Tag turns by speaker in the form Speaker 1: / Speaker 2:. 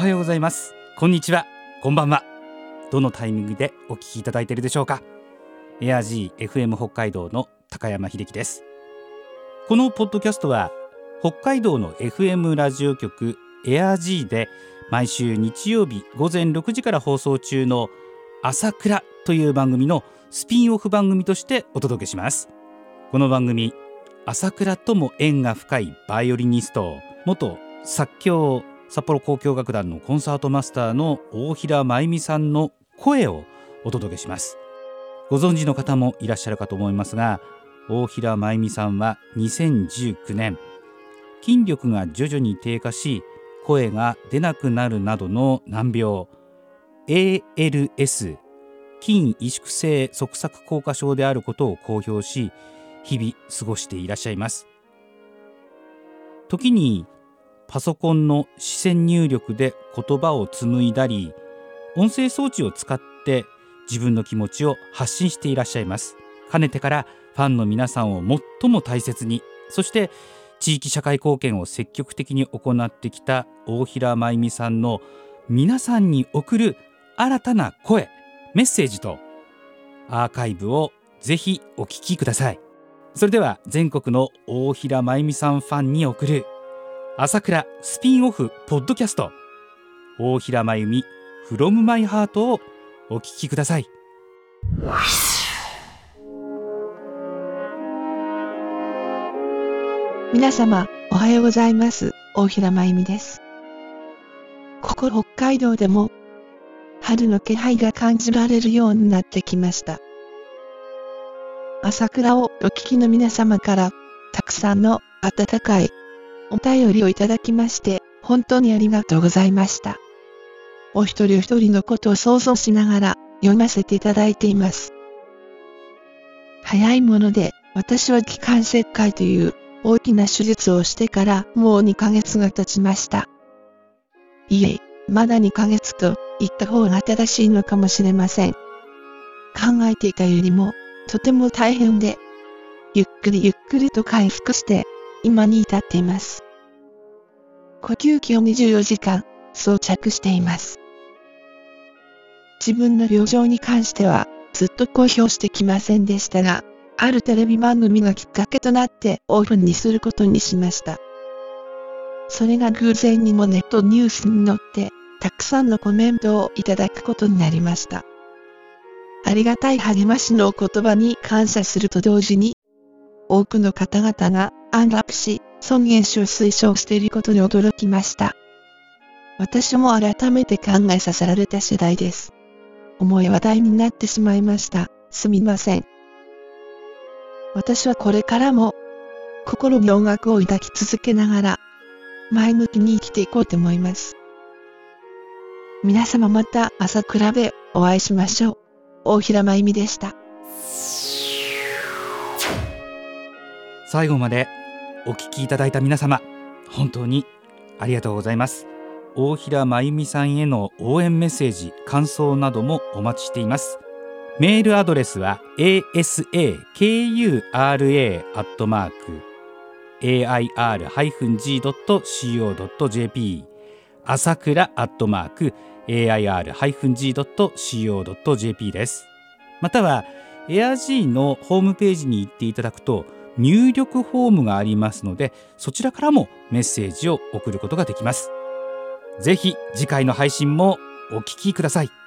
Speaker 1: はようございます。こんにちは。こんばんは。どのタイミングでお聞きいただいているでしょうか。エア G FM 北海道の高山秀樹です。このポッドキャストは北海道の FM ラジオ局エア G で毎週日曜日午前6時から放送中の朝倉という番組のスピンオフ番組としてお届けします。この番組、朝倉とも縁が深いバイオリニスト、元作協札幌交響楽団のコンサートマスターの大平真由美さんの声をお届けします。ご存知の方もいらっしゃるかと思いますが、大平真由美さんは2019年筋力が徐々に低下し声が出なくなるなどの難病 ALS 筋萎縮性側索硬化症であることを公表し、日々過ごしていらっしゃいます。時にパソコンの視線入力で言葉を紡いだり、音声装置を使って自分の気持ちを発信していらっしゃいます。かねてからファンの皆さんを最も大切に、そして地域社会貢献を積極的に行ってきた大平真由美さんの皆さんに送る新たな声、メッセージとアーカイブをぜひお聞きください。それでは全国の大平真由美さんファンに送る朝倉スピンオフポッドキャスト、大平真由美 From My Heart をお聞きください。
Speaker 2: 皆様おはようございます。大平真由美です。ここ北海道でも春の気配が感じられるようになってきました。朝倉をお聞きの皆様からたくさんの温かいお便りをいただきまして本当にありがとうございました。お一人お一人のことを想像しながら読ませていただいています。早いもので私は気管切開という大きな手術をしてからもう2ヶ月が経ちました。いえ、まだ2ヶ月と言った方が正しいのかもしれません。考えていたよりもとても大変で、ゆっくりゆっくりと回復して今に至っています。呼吸器を24時間装着しています。自分の病状に関してはずっと公表してきませんでしたが、あるテレビ番組がきっかけとなってオープンにすることにしました。それが偶然にもネットニュースに載ってたくさんのコメントをいただくことになりました。ありがたい励ましのお言葉に感謝すると同時に、多くの方々が安楽死、尊厳死を推奨していることに驚きました。私も改めて考えさせられた次第です。重い話題になってしまいました。すみません。私はこれからも心に音楽を抱き続けながら前向きに生きていこうと思います。皆様また朝倉でお会いしましょう。大平真由美でした。
Speaker 1: 最後までお聞きいただいた皆様、本当にありがとうございます。大平真由美さんへの応援メッセージ、感想などもお待ちしています。メールアドレスは asakura@air-g.co.jp 朝倉@air-g.co.jp です。または AirG のホームページに行っていただくと入力フォームがありますので、そちらからもメッセージを送ることができます。ぜひ次回の配信もお聞きください。